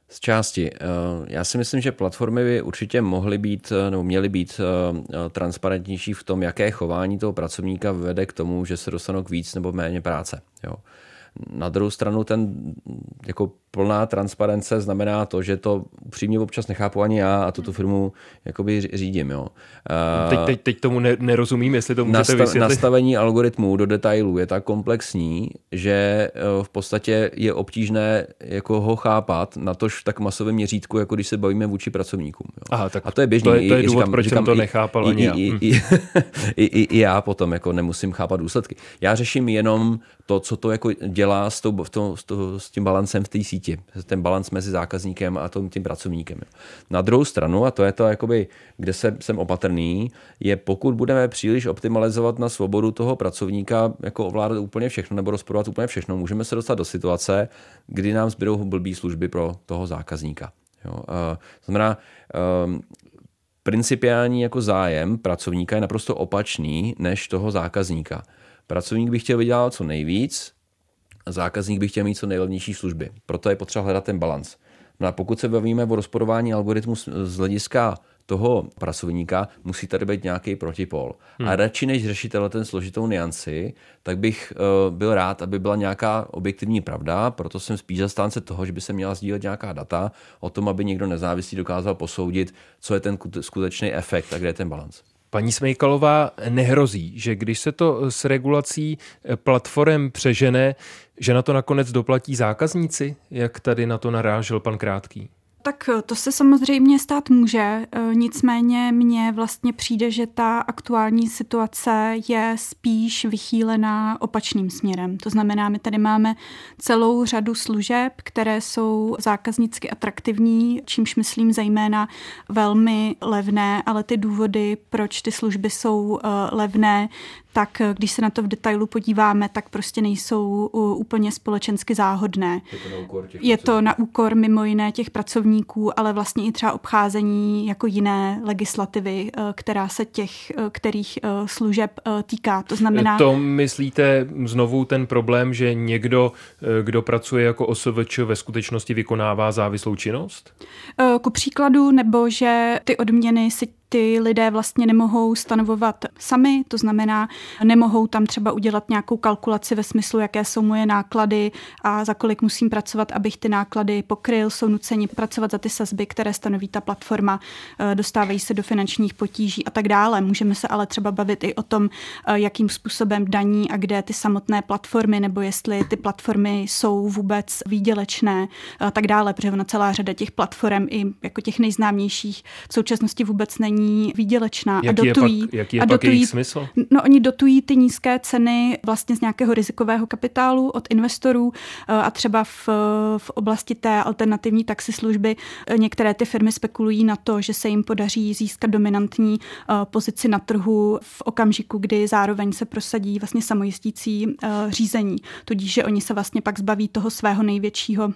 Z části. Já si myslím, že platformy by určitě mohly být nebo měly být transparentnější v tom, jaké chování toho pracovníka vede k tomu, že se dostanou k víc nebo méně práce. Jo. Na druhou stranu ten jako plná transparence znamená to, že to upřímně občas nechápu ani já a tuto firmu jakoby řídím. Jo. Teď, teď, teď tomu ne, nerozumím, jestli to můžete Nastav, vysvětlit. Nastavení algoritmů do detailů je tak komplexní, že v podstatě je obtížné jako ho chápat na tož v tak masovém měřítku, jako když se bavíme vůči pracovníkům. Jo. Aha, tak a to je běžný. To je, to je důvod, říkám, proč říkám, jsem to i, nechápal i, ani i, já. I, hm. i, i, i, I já potom jako nemusím chápat důsledky. Já řeším jenom to, co to jako dělá s, tou, to, s, to, s tím balancem v té síti. Ten balans mezi zákazníkem a tím pracovníkem. Na druhou stranu, a to je to, jakoby, kde se, jsem opatrný, je pokud budeme příliš optimalizovat na svobodu toho pracovníka, jako ovládat úplně všechno nebo rozporovat úplně všechno, můžeme se dostat do situace, kdy nám zbydou blbý služby pro toho zákazníka. Jo? Uh, to znamená, um, principiální jako zájem pracovníka je naprosto opačný než toho zákazníka. Pracovník by chtěl vydělat co nejvíc, a zákazník by chtěl mít co nejlevnější služby. Proto je potřeba hledat ten balans. No a pokud se bavíme o rozporování algoritmu z hlediska toho pracovníka, musí tady být nějaký protipol. Hmm. A radši než řešit ten složitou nianci, tak bych uh, byl rád, aby byla nějaká objektivní pravda, proto jsem spíš zastánce toho, že by se měla sdílet nějaká data o tom, aby někdo nezávislý dokázal posoudit, co je ten skutečný efekt a kde je ten balans. Paní Smejkalová, nehrozí, že když se to s regulací platform přežene, že na to nakonec doplatí zákazníci, jak tady na to narážel pan Krátký? Tak to se samozřejmě stát může, nicméně mně vlastně přijde, že ta aktuální situace je spíš vychýlená opačným směrem. To znamená, my tady máme celou řadu služeb, které jsou zákaznicky atraktivní, čímž myslím zejména velmi levné, ale ty důvody, proč ty služby jsou levné, tak když se na to v detailu podíváme, tak prostě nejsou úplně společensky záhodné. Je to na úkor těch Je to na úkor mimo jiné těch pracovníků, ale vlastně i třeba obcházení jako jiné legislativy, která se těch kterých služeb týká. To znamená... To myslíte znovu ten problém, že někdo, kdo pracuje jako O S V Č, ve skutečnosti vykonává závislou činnost? Ku příkladu, nebo že ty odměny si ty lidé vlastně nemohou stanovovat sami, to znamená, nemohou tam třeba udělat nějakou kalkulaci ve smyslu, jaké jsou moje náklady a za kolik musím pracovat, abych ty náklady pokryl, jsou nuceni pracovat za ty sazby, které stanoví ta platforma, dostávají se do finančních potíží a tak dále. Můžeme se ale třeba bavit i o tom, jakým způsobem daní a kde ty samotné platformy, nebo jestli ty platformy jsou vůbec výdělečné a tak dále, protože ona celá řada těch platform i jako těch nejznámějších v současnosti vůbec není výdělečná. Jaký a dotují, je pak, jaký je a pak dotují, jejich smysl? No, oni dotují ty nízké ceny vlastně z nějakého rizikového kapitálu od investorů a třeba v, v oblasti té alternativní taxislužby některé ty firmy spekulují na to, že se jim podaří získat dominantní pozici na trhu v okamžiku, kdy zároveň se prosadí vlastně samojístící řízení. Tudíž, že oni se vlastně pak zbaví toho svého největšího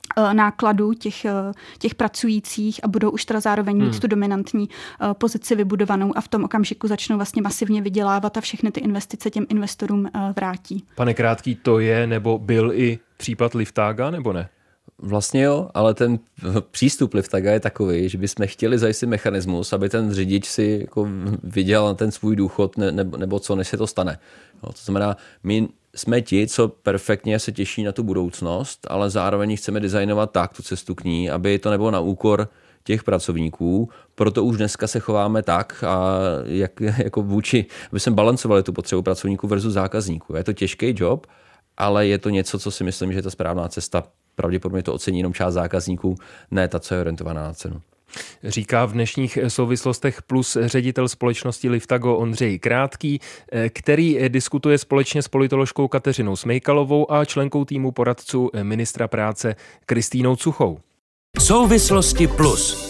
nákladu těch, těch pracujících a budou už teda zároveň mít hmm. tu dominantní pozici vybudovanou a v tom okamžiku začnou vlastně masivně vydělávat a všechny ty investice těm investorům vrátí. Pane Krátký, to je nebo byl i případ Liftaga, nebo ne? Vlastně jo, ale ten přístup Liftaga je takový, že bychom chtěli zajistit mechanismus, aby ten řidič si jako vydělal ten svůj důchod ne, nebo, nebo co, než se to stane. No, to znamená, my jsme ti, co perfektně se těší na tu budoucnost, ale zároveň chceme designovat tak tu cestu k ní, aby to nebylo na úkor těch pracovníků. Proto už dneska se chováme tak, a jak, jako vůči, aby jsme balancovali tu potřebu pracovníků versus zákazníků. Je to těžký job, ale je to něco, co si myslím, že je ta správná cesta. Pravděpodobně to ocení jenom část zákazníků, ne ta, co je orientovaná na cenu. Říká v dnešních souvislostech plus ředitel společnosti Liftago Ondřej Krátký, který diskutuje společně s politoložkou Kateřinou Smejkalovou a členkou týmu poradců ministra práce Kristýnou Cuchou. Souvislosti plus.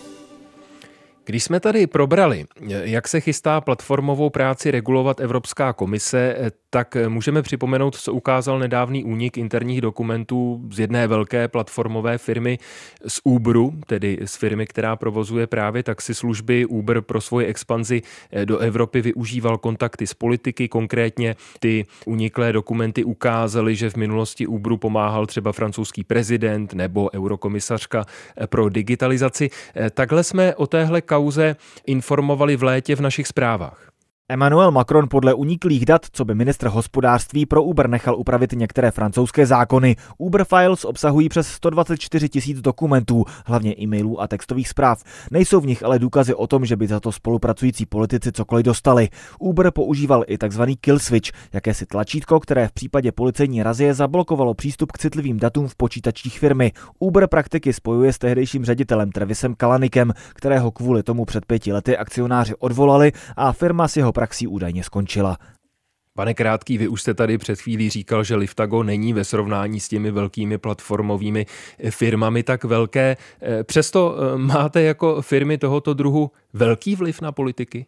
Když jsme tady probrali, jak se chystá platformovou práci regulovat Evropská komise, tak můžeme připomenout, co ukázal nedávný únik interních dokumentů z jedné velké platformové firmy z Uberu, tedy z firmy, která provozuje právě taxislužby. Uber pro svoji expanzi do Evropy využíval kontakty s politiky, konkrétně ty uniklé dokumenty ukázaly, že v minulosti Uberu pomáhal třeba francouzský prezident nebo eurokomisařka pro digitalizaci. Takhle jsme o téhle kauze informovali v létě v našich zprávách. Emmanuel Macron podle uniklých dat, co by ministr hospodářství pro Uber nechal upravit některé francouzské zákony. Uber Files obsahují přes sto dvacet čtyři tisíc dokumentů, hlavně e-mailů a textových zpráv. Nejsou v nich ale důkazy o tom, že by za to spolupracující politici cokoliv dostali. Uber používal i takzvaný kill switch, jakési tlačítko, které v případě policejní razie zablokovalo přístup k citlivým datům v počítačích firmy. Uber praktiky spojuje s tehdejším ředitelem Travisem Kalanikem, kterého kvůli tomu před pěti lety akcionáři odvolali a firma s jeho praxí údajně skončila. Pane Krátký, vy už jste tady před chvílí říkal, že Liftago není ve srovnání s těmi velkými platformovými firmami tak velké. Přesto máte jako firmy tohoto druhu velký vliv na politiky?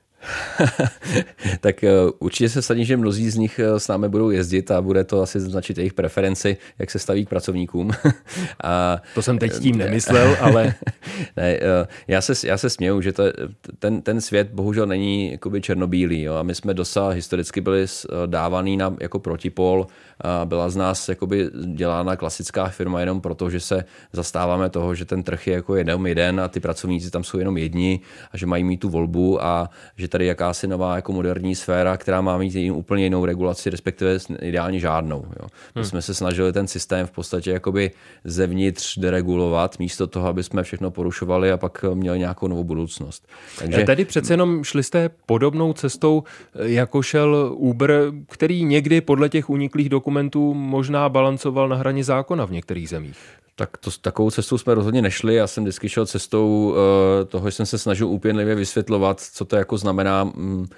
Tak určitě se stane, že mnozí z nich s námi budou jezdit a bude to asi značit jejich preferenci, jak se staví k pracovníkům. A to jsem teď tím nemyslel, ale... ne, já, se, já se směju, že to, ten, ten svět bohužel není jakoby černobílý. Jo? A my jsme dosa historicky byli dávaný na, jako protipol. A byla z nás jakoby dělána klasická firma jenom proto, že se zastáváme toho, že ten trh je jako jenom jeden a ty pracovníci tam jsou jenom jedni a že mají mít tu volbu a že tady jakási nová jako moderní sféra, která má mít jinou, úplně jinou regulaci, respektive ideálně žádnou. Jo. My hmm. jsme se snažili ten systém v podstatě jakoby zevnitř deregulovat, místo toho, aby jsme všechno porušovali a pak měli nějakou novou budoucnost. Takže... Tady přece jenom šli jste podobnou cestou, jako šel Uber, který někdy podle těch uniklých dokumentů možná balancoval na hraně zákona v některých zemích. Tak to, takovou cestou jsme rozhodně nešli. Já jsem vždycky šel cestou uh, toho, že jsem se snažil úpěnlivě vysvětlovat, co to jako znamená um, uh,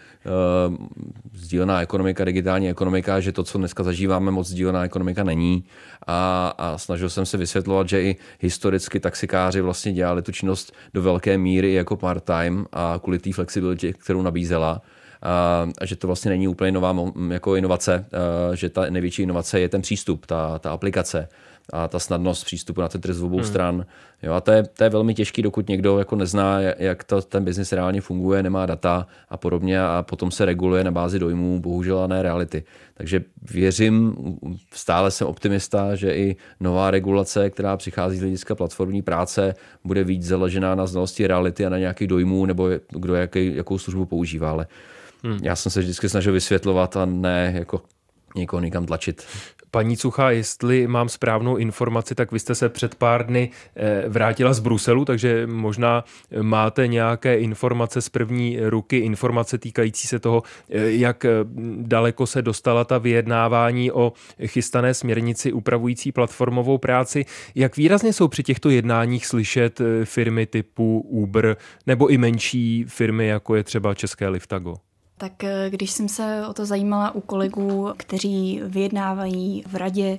sdílená ekonomika, digitální ekonomika, že to, co dneska zažíváme, moc sdílená ekonomika není. A, a snažil jsem se vysvětlovat, že i historicky taxikáři vlastně dělali tu činnost do velké míry jako part-time a kvůli té flexibilitě, kterou nabízela. A, a že to vlastně není úplně nová jako inovace, a, že ta největší inovace je ten přístup, ta, ta aplikace a ta snadnost přístupu na ten trh z obou hmm. stran. Jo, a to je, to je velmi těžký, dokud někdo jako nezná, jak to, ten biznis reálně funguje, nemá data a podobně a potom se reguluje na bázi dojmů, bohužel a ne reality. Takže věřím, stále jsem optimista, že i nová regulace, která přichází z hlediska platformní práce, bude víc založená na znalosti reality a na nějakých dojmů nebo kdo jaký, jakou službu používá. Ale hmm. já jsem se vždycky snažil vysvětlovat a ne jako někoho nikam tlačit. Paní Cuchá, jestli mám správnou informaci, tak vy jste se před pár dny vrátila z Bruselu, takže možná máte nějaké informace z první ruky, informace týkající se toho, jak daleko se dostala ta vyjednávání o chystané směrnici upravující platformovou práci. Jak výrazně jsou při těchto jednáních slyšet firmy typu Uber nebo i menší firmy, jako je třeba české Liftago? Tak když jsem se o to zajímala u kolegů, kteří vyjednávají v radě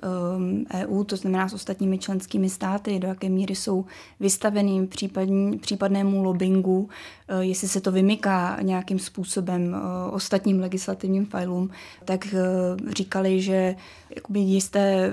E U, to znamená s ostatními členskými státy, do jaké míry jsou vystaveným případní, případnému lobbingu, jestli se to vymyká nějakým způsobem ostatním legislativním filům, tak říkali, že jakoby jisté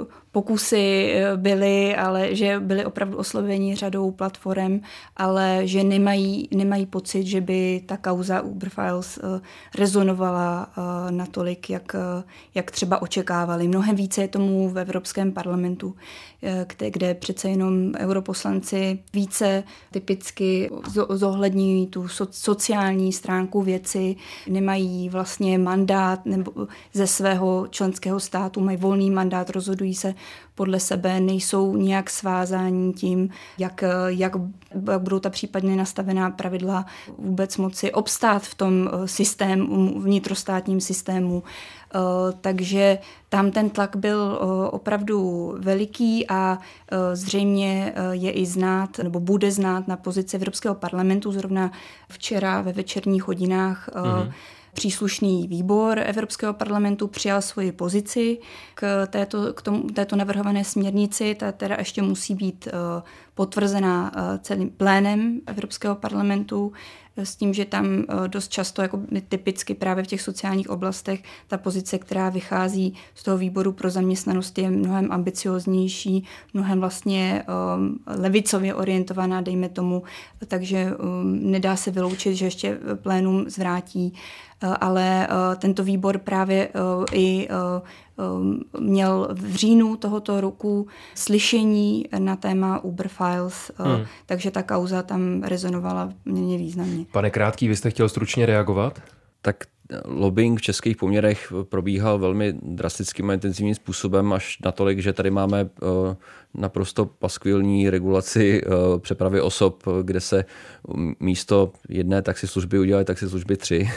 pokusy byly, ale že byly opravdu osloveni řadou platform, ale že nemají, nemají pocit, že by ta kauza Uber Files rezonovala natolik, jak, jak třeba očekávali. Mnohem více je tomu v Evropském parlamentu, kde, kde přece jenom europoslanci více typicky zohledňují tu sociální stránku věci, nemají vlastně mandát nebo ze svého členského státu, mají volný mandát, rozhodují se podle sebe, nejsou nějak svázáni tím, jak, jak, jak budou ta případně nastavená pravidla vůbec moci obstát v tom systému, vnitrostátním systému. Takže tam ten tlak byl opravdu veliký a zřejmě je i znát, nebo bude znát na pozici Evropského parlamentu. Zrovna včera ve večerních hodinách mm-hmm. příslušný výbor Evropského parlamentu přijal svoji pozici k této, k tomu, této navrhované směrnici. Ta teda ještě musí být potvrzená celým plénem Evropského parlamentu, s tím, že tam dost často, jako typicky právě v těch sociálních oblastech, ta pozice, která vychází z toho výboru pro zaměstnanost, je mnohem ambicioznější, mnohem vlastně um, levicově orientovaná, dejme tomu, takže um, nedá se vyloučit, že ještě plénum zvrátí, uh, ale uh, tento výbor právě uh, i uh, měl v říjnu tohoto roku slyšení na téma Uber Files, hmm. takže ta kauza tam rezonovala poměrně významně. Pane Krátký, vy jste chtěl stručně reagovat? Tak lobbying v českých poměrech probíhal velmi drastickým a intenzivním způsobem, až natolik, že tady máme naprosto paskvilní regulaci přepravy osob, kde se místo jedné taxislužby udělaly taxislužby tři,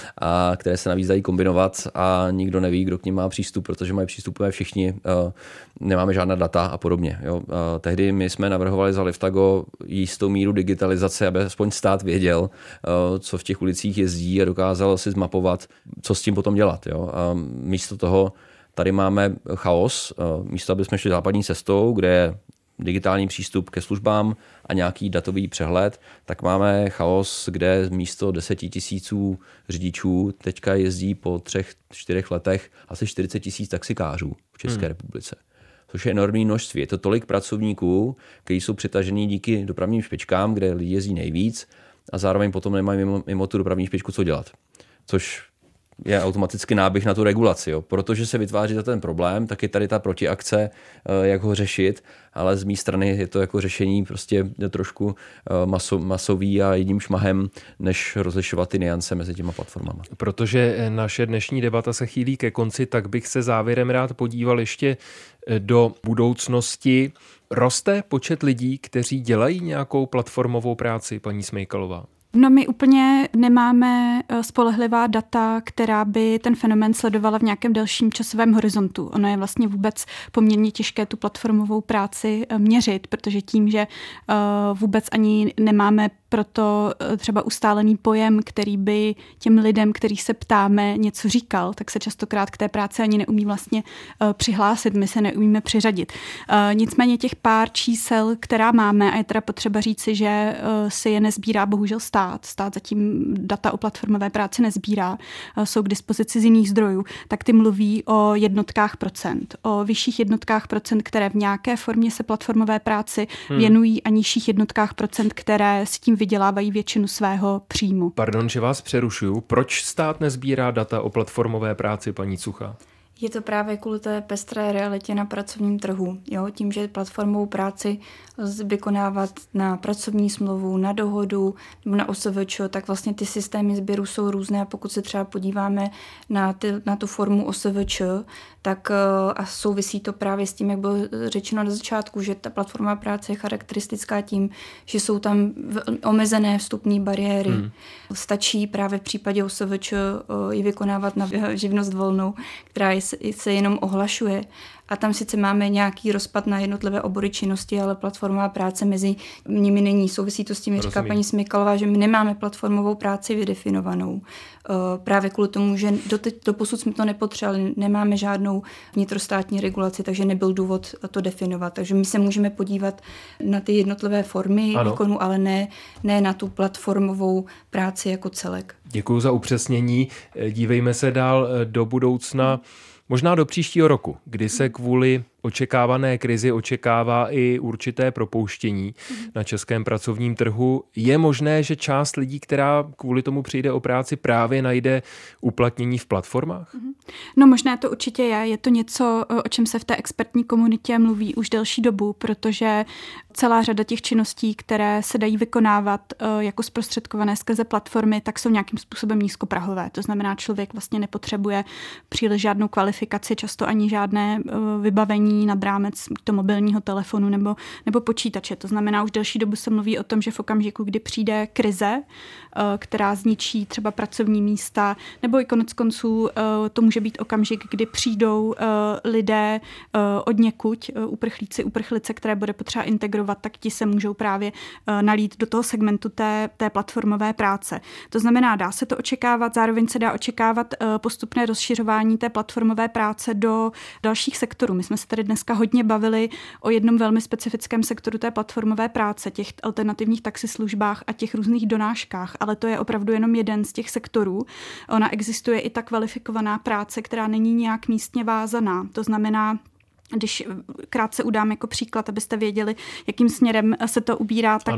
a které se navíc dají kombinovat a nikdo neví, kdo k nim má přístup, protože mají přístupové všichni, nemáme žádná data a podobně. Jo. A tehdy my jsme navrhovali za Liftago jistou míru digitalizace, aby aspoň stát věděl, co v těch ulicích jezdí a dokázal si zmapovat, co s tím potom dělat. Jo. A místo toho tady máme chaos, místo aby jsme šli západní cestou, kde je digitální přístup ke službám a nějaký datový přehled, tak máme chaos, kde místo deseti tisíců řidičů teďka jezdí po třech, čtyřech letech asi čtyřicet tisíc taxikářů v České hmm. republice. Což je enormní množství. Je to tolik pracovníků, kteří jsou přitažení díky dopravním špičkám, kde lidi jezdí nejvíc a zároveň potom nemají mimo, mimo tu dopravní špičku co dělat. Což je automaticky náběh na tu regulaci. Jo. Protože se vytváří ten problém, tak je tady ta protiakce, jak ho řešit, ale z mé strany je to jako řešení prostě trošku maso, masový a jedním šmahem, než rozlišovat ty nuance mezi těma platformama. Protože naše dnešní debata se chýlí ke konci, tak bych se závěrem rád podíval ještě do budoucnosti. Roste počet lidí, kteří dělají nějakou platformovou práci, paní Smejkalová? No, my úplně nemáme spolehlivá data, která by ten fenomén sledovala v nějakém delším časovém horizontu. Ono je vlastně vůbec poměrně těžké tu platformovou práci měřit, protože tím, že vůbec ani nemáme proto třeba ustálený pojem, který by těm lidem, kterých se ptáme, něco říkal, tak se častokrát k té práci ani neumí vlastně přihlásit, my se neumíme přiřadit. Nicméně těch pár čísel, která máme, a je teda potřeba říci, že si je nezbírá bohužel stát, stát zatím data o platformové práci nezbírá, jsou k dispozici z jiných zdrojů, tak ty mluví o jednotkách procent, o vyšších jednotkách procent, které v nějaké formě se platformové práci věnují, a nižších jednotkách procent, které s tím vydělávají většinu svého příjmu. Pardon, že vás přerušuju. Proč stát nezbírá data o platformové práci, paní Cuchá? Je to právě kvůli té pestré realitě na pracovním trhu. Jo? Tím, že platformovou práci lze vykonávat na pracovní smlouvu, na dohodu nebo na O S V Č, tak vlastně ty systémy sběru jsou různé, a pokud se třeba podíváme na, ty, na tu formu O S V Č, tak a souvisí to právě s tím, jak bylo řečeno na začátku, že ta platformová práce je charakteristická tím, že jsou tam omezené vstupní bariéry. Hmm. Stačí právě v případě O S V Č ji vykonávat na živnost volnou, která je, se jenom ohlašuje. A tam sice máme nějaký rozpad na jednotlivé obory činnosti, ale platformová práce mezi nimi není. Souvisí to s tím, jak říká paní Smejkalová, že my nemáme platformovou práci vydefinovanou. Právě kvůli tomu, že doposud jsme to nepotřebovali, nemáme žádnou vnitrostátní regulaci, takže nebyl důvod to definovat. Takže my se můžeme podívat na ty jednotlivé formy výkonu, ale ne, ne na tu platformovou práci jako celek. Děkuji za upřesnění. Dívejme se dál do budoucna. Možná do příštího roku, kdy se kvůli očekávané krizi očekává i určité propouštění na českém pracovním trhu. Je možné, že část lidí, která kvůli tomu přijde o práci, právě najde uplatnění v platformách? No možná to určitě je. Je to něco, o čem se v té expertní komunitě mluví už delší dobu, protože celá řada těch činností, které se dají vykonávat jako zprostředkované skrze platformy, tak jsou nějakým způsobem nízkoprahové. To znamená, člověk vlastně nepotřebuje příliš žádnou kvalifikaci, často ani žádné vybavení nad rámec to mobilního telefonu nebo, nebo počítače. To znamená, už delší dobu se mluví o tom, že v okamžiku, kdy přijde krize, která zničí třeba pracovní místa, nebo i konec konců to může být okamžik, kdy přijdou lidé od někud, uprchlíci, uprchlice, které bude potřeba integrovat, tak ti se můžou právě nalít do toho segmentu té, té platformové práce. To znamená, dá se to očekávat, zároveň se dá očekávat postupné rozšiřování té platformové práce do dalších sektorů. My jsme se tady dneska hodně bavili o jednom velmi specifickém sektoru té platformové práce, těch alternativních taxislužbách a těch různých donáškách, ale to je opravdu jenom jeden z těch sektorů. Ona existuje i ta kvalifikovaná práce, která není nějak místně vázaná. To znamená, když krátce udám jako příklad, abyste věděli, jakým směrem se to ubírá, tak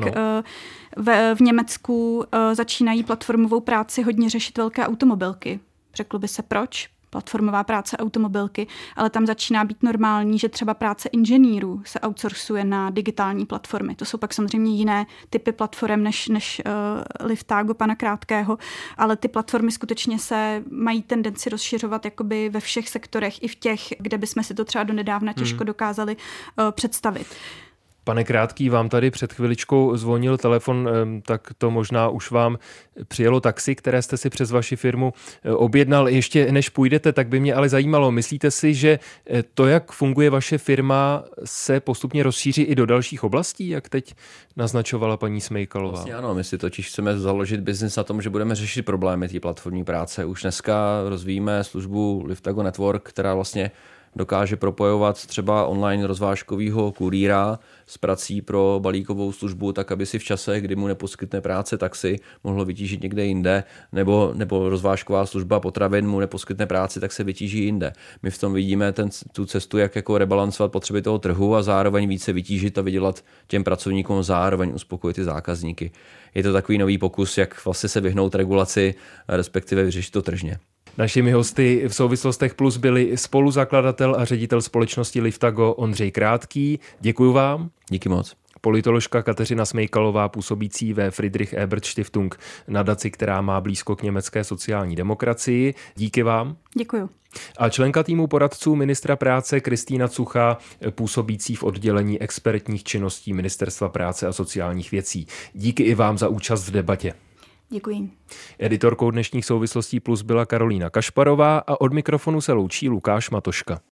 v, v Německu začínají platformovou práci hodně řešit velké automobilky. Řeklo by se proč? Platformová práce automobilky, ale tam začíná být normální, že třeba práce inženýrů se outsourcuje na digitální platformy. To jsou pak samozřejmě jiné typy platform než, než uh, Liftago pana Krátkého, ale ty platformy skutečně se mají tendenci rozšiřovat jakoby ve všech sektorech, i v těch, kde bychom si to třeba donedávna těžko dokázali uh, představit. Pane Krátký, vám tady před chviličkou zvonil telefon, tak to možná už vám přijelo taxi, které jste si přes vaši firmu objednal. Ještě než půjdete, tak by mě ale zajímalo, myslíte si, že to, jak funguje vaše firma, se postupně rozšíří i do dalších oblastí, jak teď naznačovala paní Smejkalová? Vlastně ano, my si totiž chceme založit biznis na tom, že budeme řešit problémy té platformní práce. Už dneska rozvíjíme službu Liftago Network, která vlastně dokáže propojovat třeba online rozvážkovýho kurýra s prací pro balíkovou službu, tak aby si v čase, kdy mu neposkytne práce taxi, mohlo vytížit někde jinde, nebo, nebo rozvážková služba potravin mu neposkytne práci, tak se vytíží jinde. My v tom vidíme ten, tu cestu, jak jako rebalancovat potřeby toho trhu a zároveň více vytížit a vydělat těm pracovníkům, zároveň uspokojit ty zákazníky. Je to takový nový pokus, jak vlastně se vyhnout regulaci, respektive vyřešit to tržně. Našimi hosty v Souvislostech Plus byli spoluzakladatel a ředitel společnosti Liftago Ondřej Krátký. Děkuju vám. Díky moc. Politoložka Kateřina Smejkalová, působící ve Friedrich Ebert Stiftung, nadaci, která má blízko k německé sociální demokracii. Díky vám. Děkuju. A členka týmu poradců ministra práce Kristýna Cucha, působící v oddělení expertních činností Ministerstva práce a sociálních věcí. Díky i vám za účast v debatě. Děkuji. Editorkou dnešních Souvislostí Plus byla Karolína Kašparová a od mikrofonu se loučí Lukáš Matoška.